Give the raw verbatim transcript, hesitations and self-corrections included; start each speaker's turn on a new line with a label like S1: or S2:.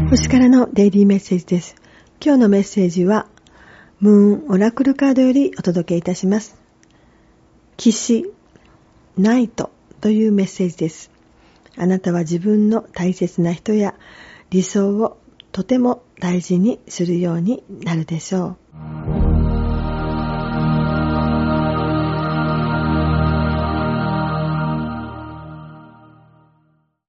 S1: 星からのデイリーメッセージです。今日のメッセージはムーンオラクルカードよりお届けいたします。騎士ナイトというメッセージです。あなたは自分の大切な人や理想をとても大事にするようになるでしょう。